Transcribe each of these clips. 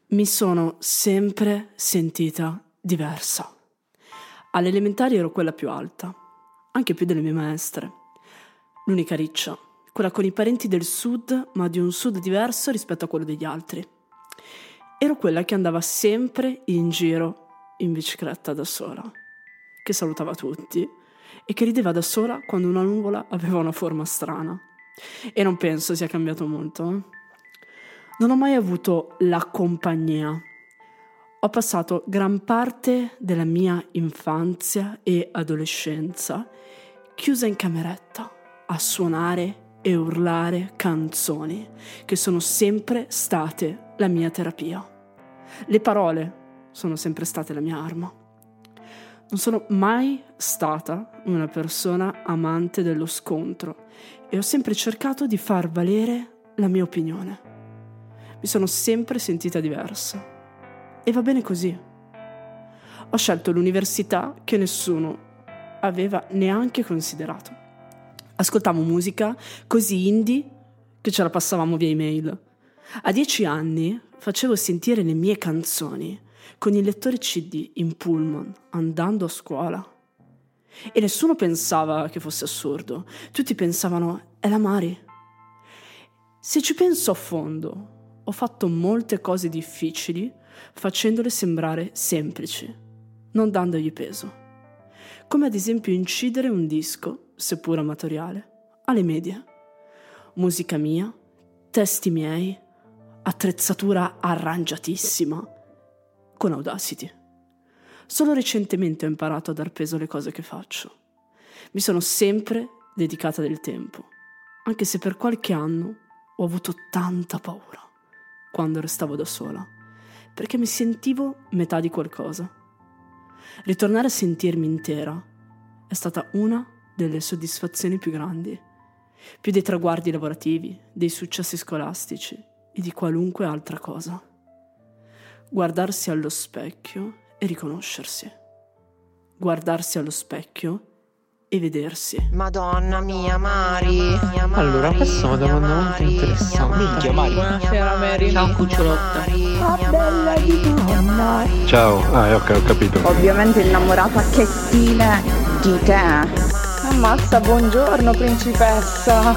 Mi sono sempre sentita diversa. Alle elementari ero quella più alta, anche più delle mie maestre. L'unica riccia, quella con i parenti del sud, ma di un sud diverso rispetto a quello degli altri. Ero quella che andava sempre in giro in bicicletta da sola, che salutava tutti e che rideva da sola quando una nuvola aveva una forma strana. E non penso sia cambiato molto. Non ho mai avuto la compagnia. Ho passato gran parte della mia infanzia e adolescenza chiusa in cameretta a suonare e urlare canzoni che sono sempre state la mia terapia. Le parole sono sempre state la mia arma. Non sono mai stata una persona amante dello scontro e ho sempre cercato di far valere la mia opinione. Mi sono sempre sentita diversa e va bene così. Ho scelto l'università che nessuno aveva neanche considerato. Ascoltavo musica così indie che ce la passavamo via email. A 10 anni facevo sentire le mie canzoni con il lettore CD in pullman andando a scuola. E nessuno pensava che fosse assurdo. Tutti pensavano, è la Mari. Se ci penso a fondo, ho fatto molte cose difficili facendole sembrare semplici, non dandogli peso. Come ad esempio incidere un disco, seppur amatoriale, alle medie. Musica mia, testi miei, attrezzatura arrangiatissima, con Audacity. Solo recentemente ho imparato a dar peso alle cose che faccio. Mi sono sempre dedicata del tempo, anche se per qualche anno ho avuto tanta paura quando restavo da sola, perché mi sentivo metà di qualcosa. Ritornare a sentirmi intera è stata una delle soddisfazioni più grandi, più dei traguardi lavorativi, dei successi scolastici e di qualunque altra cosa. Guardarsi allo specchio e riconoscersi. Guardarsi allo specchio e vedersi. Madonna mia, Mari. Allora, questa è una domanda molto interessante. Minchia, Mari. Buonasera, Mary. Ciao, cucciolotta. Ah, bella di donna. Ciao, ok, ho capito. Ovviamente innamorata che stile di te. Ammazza, buongiorno, principessa.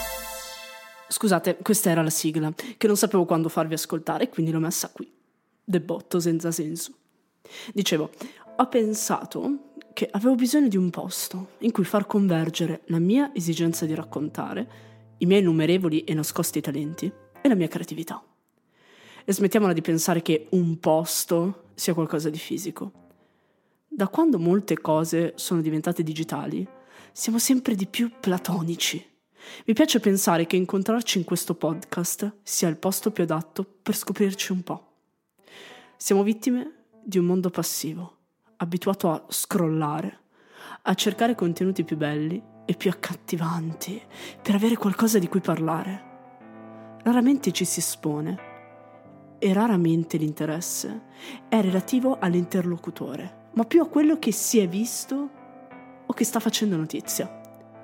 Scusate, questa era la sigla, che non sapevo quando farvi ascoltare, quindi l'ho messa qui. Debotto senza senso. Dicevo, ho pensato che avevo bisogno di un posto in cui far convergere la mia esigenza di raccontare, i miei innumerevoli e nascosti talenti e la mia creatività. E smettiamola di pensare che un posto sia qualcosa di fisico. Da quando molte cose sono diventate digitali, siamo sempre di più platonici. Mi piace pensare che incontrarci in questo podcast sia il posto più adatto per scoprirci un po'. Siamo vittime di un mondo passivo, abituato a scrollare, a cercare contenuti più belli e più accattivanti per avere qualcosa di cui parlare. Raramente ci si espone e raramente l'interesse è relativo all'interlocutore, ma più a quello che si è visto o che sta facendo notizia.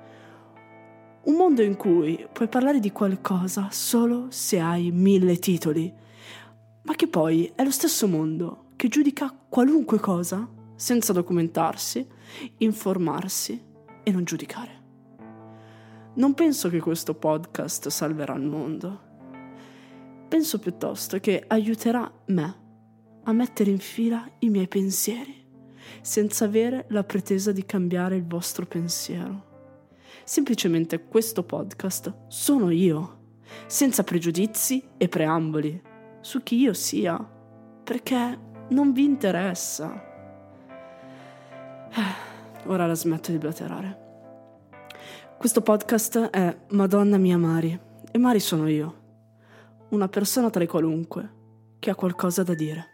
Un mondo in cui puoi parlare di qualcosa solo se hai 1000 titoli, ma che poi è lo stesso mondo che giudica qualunque cosa senza documentarsi, informarsi e non giudicare. Non penso che questo podcast salverà il mondo. Penso piuttosto che aiuterà me a mettere in fila i miei pensieri, senza avere la pretesa di cambiare il vostro pensiero. Semplicemente questo podcast sono io, senza pregiudizi e preamboli, su chi io sia, perché non vi interessa. Ora la smetto di blaterare. Questo podcast è Madonna mia Mari, e Mari sono io, una persona tra i qualunque che ha qualcosa da dire.